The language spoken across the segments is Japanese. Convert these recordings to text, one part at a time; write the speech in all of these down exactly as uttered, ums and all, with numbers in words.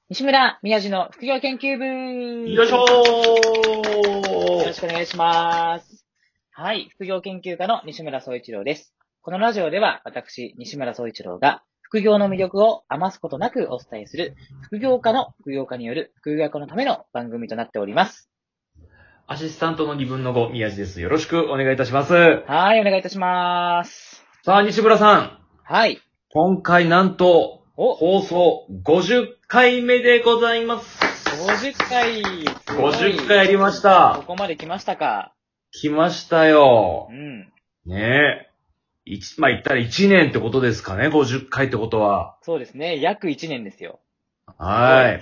西村宮治の副業研究部。 よいしょよろしくお願いします。はい、副業研究家の西村総一郎です。このラジオでは私、西村総一郎が副業の魅力を余すことなくお伝えする副業家の副業家による副業家のための番組となっております。 アシスタントのにぶんのご、宮治です。よろしくお願いいたします。 はい、お願いいたします。 さあ、西村さん。 はい。 今回なんと、 お放送ごじゅっかいめでございます。 ごじゅっかい。 ごじゅっかいやりました。 ここまで来ましたか。 来ましたよ。 うん。 ねえ。一、まあ、言ったらいちねんってことですかね、ごじゅっかいってことは。 そうですね。約いちねんですよ。 はい。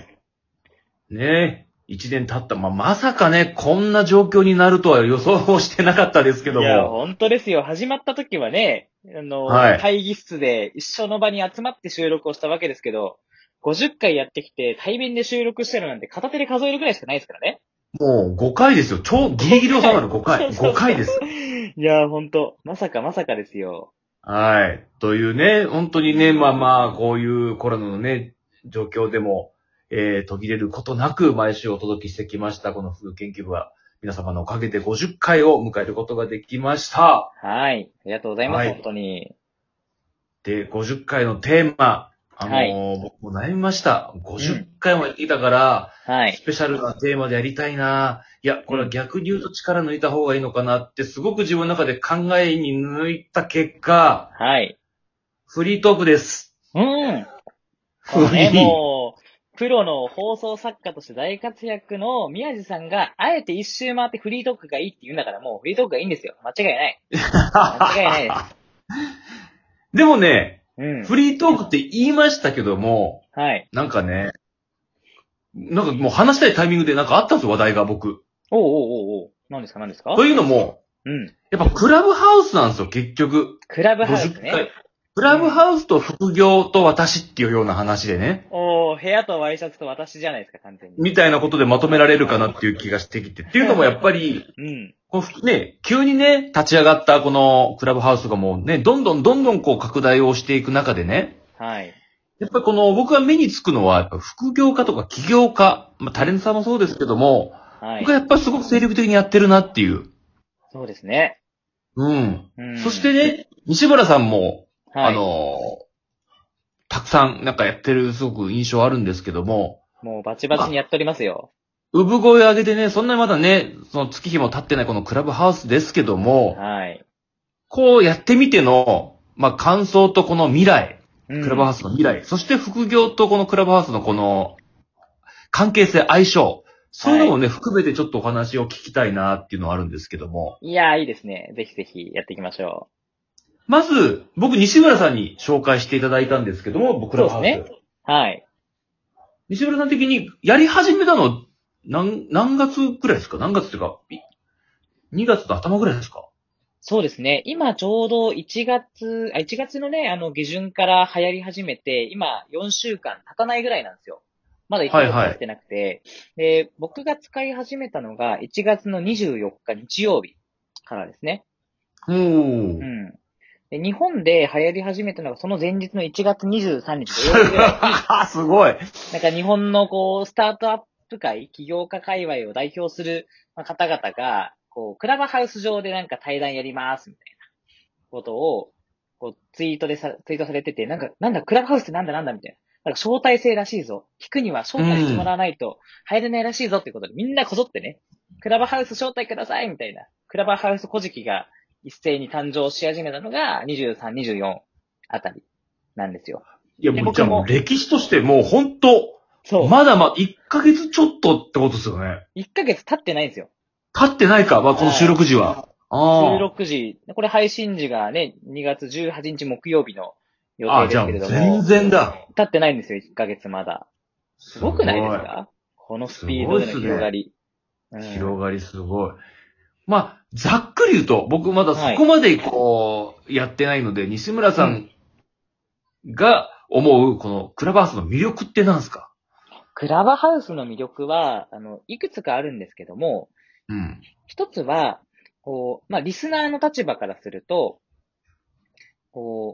ねえ。いちねん経った。まあ、まさかね、こんな状況になるとは予想してなかったですけども。 いや、本当ですよ。始まった時はね、あの、 はい、 会議室で一緒の場に集まって収録をしたわけですけど、ごじゅっかいやってきて対面で収録してるなんて片手で数えるぐらいしかないですからね。 もうごかいですよ。超ギリギリ収まるごかい。ごかいです。 いや、本当まさかまさかですよ。 はい。というね、本当にね、まあまあ、こういうコロナのね、状況でも、えー、途切れることなく毎週お届けしてきました、この副研究部は、皆様のおかげでごじゅっかいを迎えることができました。 はい。ありがとうございます、 はい本当に。 で、ごじゅっかいのテーマ、あのーはい。 僕も悩みました。50 うん。 回もやってきたから、 はい。 スペシャルなテーマでやりたいな。いや、これはうん。 逆に言うと力抜いた方がいいのかなって、すごく自分の中で考えに抜いた結果、 はい。 フリートークです。 うん。こフのね、 リもう、プロの放送作家として大活躍の宮地さんが、あえて一周回ってフリートークがいいって言うんだから、もうフリートークがいいんですよ。間違いない。間違いないでー。 す。 でもね、 うん。 フリートークって言いましたけども、 はい。 なんかね、なんかもう話したいタイミングでなんかあったんですよ、話題が僕。 おうおうおうおう。何ですか何ですか。 というのも、 うん。 やっぱクラブハウスなんですよ、結局。 クラブハウ 50 スね。 回。クラブハウスと副業と私っていうような話でね、 おー、部屋とワイシャツと私じゃないですか、完全に。 みたいなことでまとめられるかなっていう気がしてきて。っていうのもやっぱり、 うん。 こうね、急にね、立ち上がったこのクラブハウスがもうね、どんどんどんどんこう拡大をしていく中でね、 はい。 やっぱりこの僕が目につくのは、やっぱ副業家とか起業家、まあタレントさんもそうですけども、 はい。 僕はやっぱりすごく精力的にやってるなっていう。 そうですね。 うん。 うん。 そしてね、西村さんも、あはい。 のたくさんなんかやってるすごく印象あるんですけども、 もうバチバチにやっておりますよ。 産声を上げてね、そんなにまだね、その月日も経ってないこのクラブハウスですけども、 はい。 こうやってみての、まあ、感想とこの未来、 うん。 クラブハウスの未来、そして副業とこのクラブハウスのこの関係性、相性、そういうはい。 のもね、含めてちょっとお話を聞きたいなっていうのはあるんですけども、 いやー、いいですね。ぜひぜひやっていきましょまず、僕、西村さんに紹介していただいたんですけども、 う。 クラブハウス。 そうですね。はい。 西村さん的にやり始めたの、何、何月くらいですか？何月っていうか、にがつの頭ぐらいですか？ そうですね。今ちょうどいちがつ、あ、いちがつのね、あの、下旬から流行り始めて、今よんしゅうかん経たないぐらいなんですよ。まだ1ヶはいはい。 月経ってなくて、で、僕が使い始めたのがいちがつのにじゅうよっか日曜日からですね。 おー。 うん。で、日本で流行り始めたのがその前日のいちがつにじゅうさんにち土曜日ぐらいに、 すごい。 なんか日本のこう、スタートアップ界、起業家界隈を代表するまあ方々が、こう、クラブハウス上でなんか対談やります、みたいなことを、こう、ツイートでさ、ツイートされてて、なんか、なんだ、クラブハウスってなんだなんだみたいな。なんか招待制らしいぞ。聞くにはう招待してもらん。 わないと入れないらしいぞっていうことで、みんなこぞってね、クラブハウス招待くださいみたいな。クラブハウス古事記が一斉に誕生し始めたのがにじゅうさん、にじゅうよんあたりなんですよ。 いや、 で、 もう、じゃあもう僕も、 歴史としてもう本当、 そう、 まだまだいっかげつちょっとってことですよね。 いっかげつ経ってないんですよ。 経ってないか、まあ、この収はい。 録時は。 収あ録時、これ配信時がね、にがつじゅうはちにち木曜日の予あ。ああ、 定ですけじゃあもう全れども、 然だ。 経ってないんですよ、いっかげつまだ。すすごくないでごい。 すか？このスすごいっピードでのすね。 広がり。うん。 広がりすごい。まあ、ざっくり言うと、僕まだそはい。 こまでこう、やってないので、西村うん。 さんが思う、このクラブハウスの魅力って何ですか？ クラブハウスの魅力は、あの、いくつかあるんですけども、 うん。 一つは、こう、まあ、リスナーの立場からすると、こう、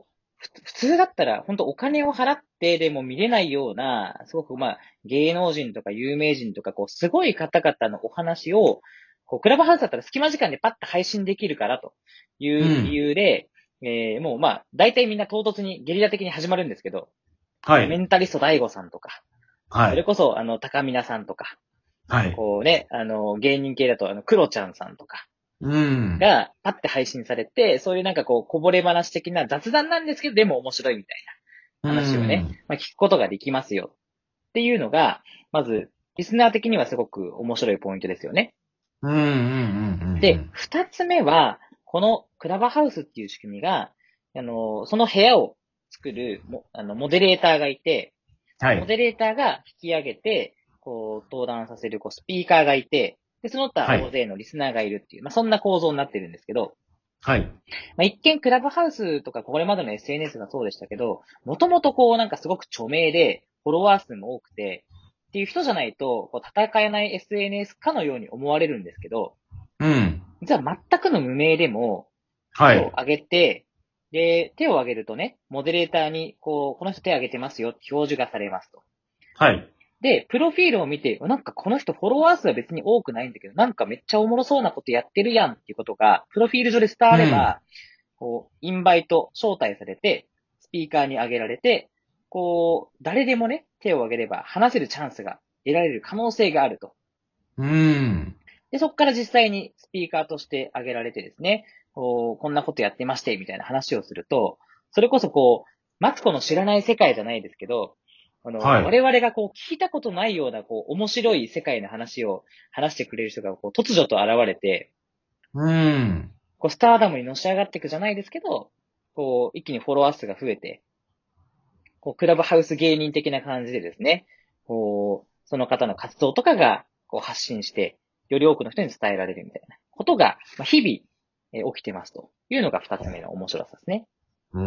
普通だったら、本当お金を払ってでも見れないような、すごくまあ、芸能人とか有名人とか、こう、すごい方々のお話を、こう、クラブハウスだったら隙間時間でパッと配信できるからという理うん。 由で、えー、もうまあ、大体みんな唐突にゲリラ的に始まるんですけど、メはい。 ンタリスト大悟さんとか、 はい。 それこそ、あの、高見菜さんとか、 はい。 こうね、あの、芸人系だと、あの、クロちゃんさんとかうん。 が、パッて配信されて、そういうなんかこう、こぼれ話的な雑談なんですけど、でも面白いみたいうな話をね、 ん。 まあ、聞くことができますよっていうのが、まず、リスナー的にはすごく面白いポイントですよね。 うん。うん。うん。うで、 ん。 二つ目は、このクラブハウスっていう仕組みが、あの、その部屋を作るも、あの、モデレーターがいて、モはい。 デレーターが引き上げて、こう、登壇させる、こう、スピーカーがいて、で、その他はい。 大勢のリスナーがいるっていう、まあ、そんな構造になってるんですけど、 はい。 まあ、一見クラブハウスとかこれまでの エスエヌエス がそうでしたけど、もともとこうなんかすごく著名で、フォロワー数も多くて、っていう人じゃないと、こう戦えない エスエヌエス かのように思われるんですけど、 うん。 実は全くの無名でも、手をはい。 挙げて、で、手を挙げるとね、モデレーターに、こう、この人手を挙げてますよって表示がされますと。 はい。 で、プロフィールを見て、なんかこの人フォロワー数は別に多くないんだけど、なんかめっちゃおもろそうなことやってるやんっていうことが、プロフィール上で伝うん。 われば、こう、インバイト、招待されて、スピーカーに上げられて、こう、誰でもね、手を挙げれば話せるチャンスが得られる可能性があると。 うん。 で、そこから実際にスピーカーとして挙げられてですね、こう、こんなことやってまして、みたいな話をすると、それこそこう、マツコの知らない世界じゃないですけど、あの、 はい。 我々がこう、聞いたことないような、こう、面白い世界の話を話してくれる人が、こう、突如と現れて、 うん。 こう、スターダムにのし上がっていくじゃないですけど、こう、一気にフォロワー数が増えて、こう、クラブハウス芸人的な感じでですね、こう、その方の活動とかが、こう、発信して、より多くの人に伝えられるみたいなことが、まあ、日々、えー起きてますというのが二つ目の面白さですね。 うん。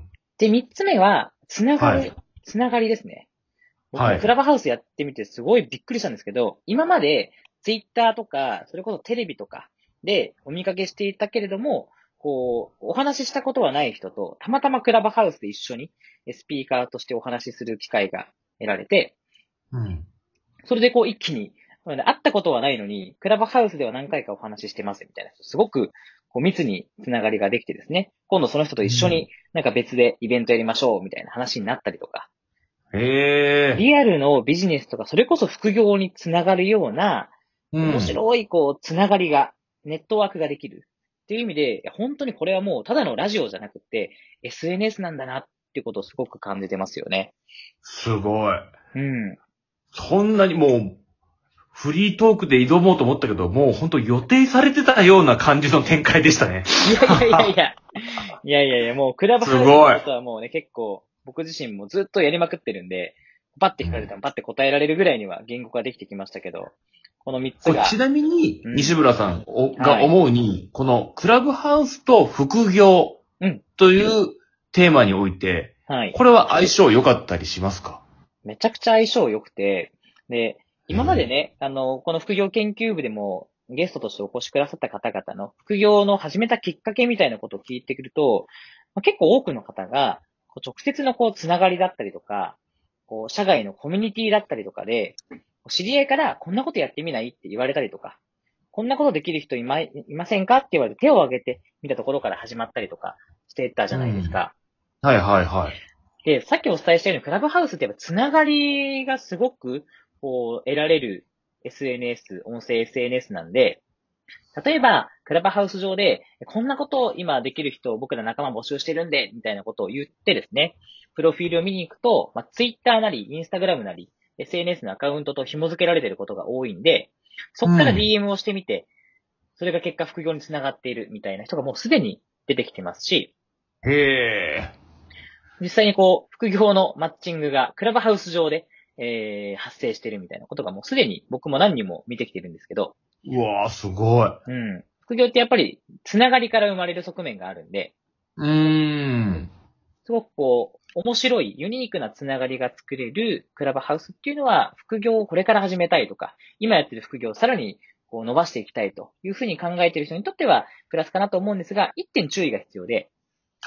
で、三つ目は、つながはい。 る、つながりですね。僕もクはい。 ラブハウスやってみてすごいびっくりしたんですけど、今までツイッターとか、それこそテレビとかでお見かけしていたけれども、こう、お話ししたことはない人と、たまたまクラブハウスで一緒にスピーカーとしてお話しする機会が得られて、 うん。 それでこう一気に、会ったことはないのに、クラブハウスでは何回かお話ししてますみたいな人、すごくこう密につながりができてですね、今度その人と一緒になんか別でイベントやりましょうみたいな話になったりとか、 へえ。 リアルのビジネスとか、それこそ副業につながるような、面うん。 白い、こう、つながりが、ネットワークができる。っていう意味で、いや本当にこれはもう、ただのラジオじゃなくて、エスエヌエス なんだなっていうことをすごく感じてますよね。 すごい。 うん。 そんなにもう、フリートークで挑もうと思ったけど、もう本当予定されてたような感じの展開でしたね。 いやいやいやいや。いやいやいや、もう、クラブハウスのすごい。 ことはもうね、結構、僕自身もずっとやりまくってるんで、パッて聞かれてもパッて答えられるぐらいには言語化できてきましたけど、この三つが、 これちなみに、 うん。 西村さんおがはい。 思うに、このクラブハウスと副業うん。 というテーマにおいて、 はい。 これは相性良かったりしますか？ めちゃくちゃ相性良くて、で、 へえ。 今までね、あの、この副業研究部でもゲストとしてお越しくださった方々の副業の始めたきっかけみたいなことを聞いてくると、まあ、結構多くの方が、こう直接のこう、つながりだったりとか、こう、社外のコミュニティだったりとかで、知り合いからこんなことやってみないって言われたりとか、こんなことできる人いま、いませんかって言われて手を挙げてみたところから始まったりとかしてたじゃないですうん。 か。 はいはいはい。 で、さっきお伝えしたように、クラブハウスってやっぱつながりがすごく、こう、得られる エスエヌエス、音声 エスエヌエス なんで、例えば、クラブハウス上で、こんなことを今できる人を僕ら仲間募集してるんで、みたいなことを言ってですね、プロフィールを見に行くと、まあ、Twitter なり、Instagram なり、エスエヌエス のアカウントと紐付けられていることが多いんで、そっからうん。 ディーエム をしてみて、それが結果副業につながっているみたいな人がもうすでに出てきてますし、 へえ。 実際にこう、副業のマッチングがクラブハウス上で、えー、発生しているみたいなことがもうすでに僕も何人も見てきてるんですけど、 うわーすごい。 うん。副業ってやっぱり、つながりから生まれる側面があるんで、 うーん。 すごくこう、面白い、ユニークなつながりが作れるクラブハウスっていうのは、副業をこれから始めたいとか、今やってる副業をさらにこう伸ばしていきたいというふうに考えている人にとっては、プラスかなと思うんですが、一点注意が必要で、 はい。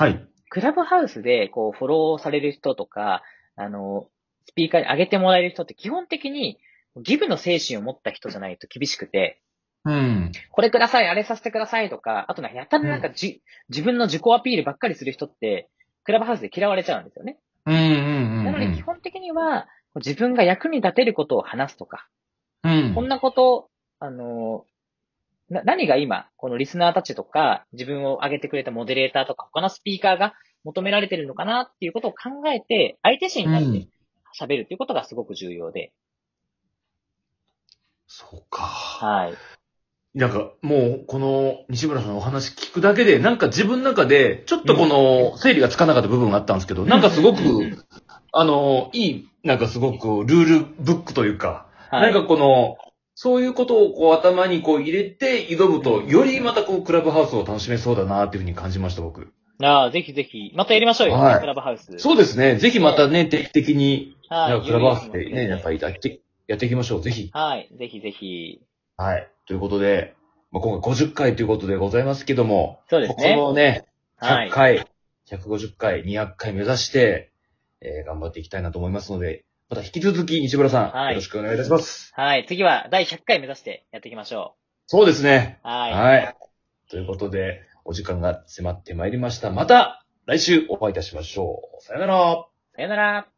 クラブハウスで、こう、フォローされる人とか、あの、スピーカーに上げてもらえる人って基本的に、ギブの精神を持った人じゃないと厳しくて、 うん。 これください、あれさせてくださいとか、あとなんかやたらなんかじ、自分の自己アピールばっかりする人って、クラブハウスで嫌われちゃうんですよね。 うんうんうん。 なので基本的には、自分が役に立てることを話すとか、 うん。 こんなことを、あの、な、何が今、このリスナーたちとか、自分を挙げてくれたモデレーターとか、他のスピーカーが求められてるのかなっていうことを考えて、相手心になって喋るっていうことがすごく重要で。 そうか。 はい。 なんか、もう、この、西村さんのお話聞くだけで、なんか自分の中で、ちょっとこの、整理がつかなかった部分があったんですけど、なんかすごく、あの、いい、なんかすごく、ルールブックというか、 はい。 なんかこの、そういうことをこう頭にこう入れて挑むと、 うんよりまたこうクラブハウスを楽しめそうだなっていうふうに感じました、僕。 ああ、ぜひぜひ、またやりましょうよ、 はいクラブハウス。 そうですね。ぜひまたね、定期的に、 はい。 なんかクラブハウスでね、 ゆるゆるも含めてやっぱりやって、やっていきましょう。ぜひ。 はい。ぜひぜひ。 はい。ということで、まあ、今回ごじゅっかいということでございますけども、 そうですねこのね、 はいひゃっかい、ひゃくごじゅっかい、にひゃっかい目指して、えー頑張っていきたいなと思いますので、また引き続き西村さん、 はいよろしくお願いいたします。 はい。次はだいひゃっかい目指してやっていきましょそうですね。 う。はい。 はい。ということで、お時間が迫ってまいりました。また来週お会いいたしましょう。さよなら。 さよなら。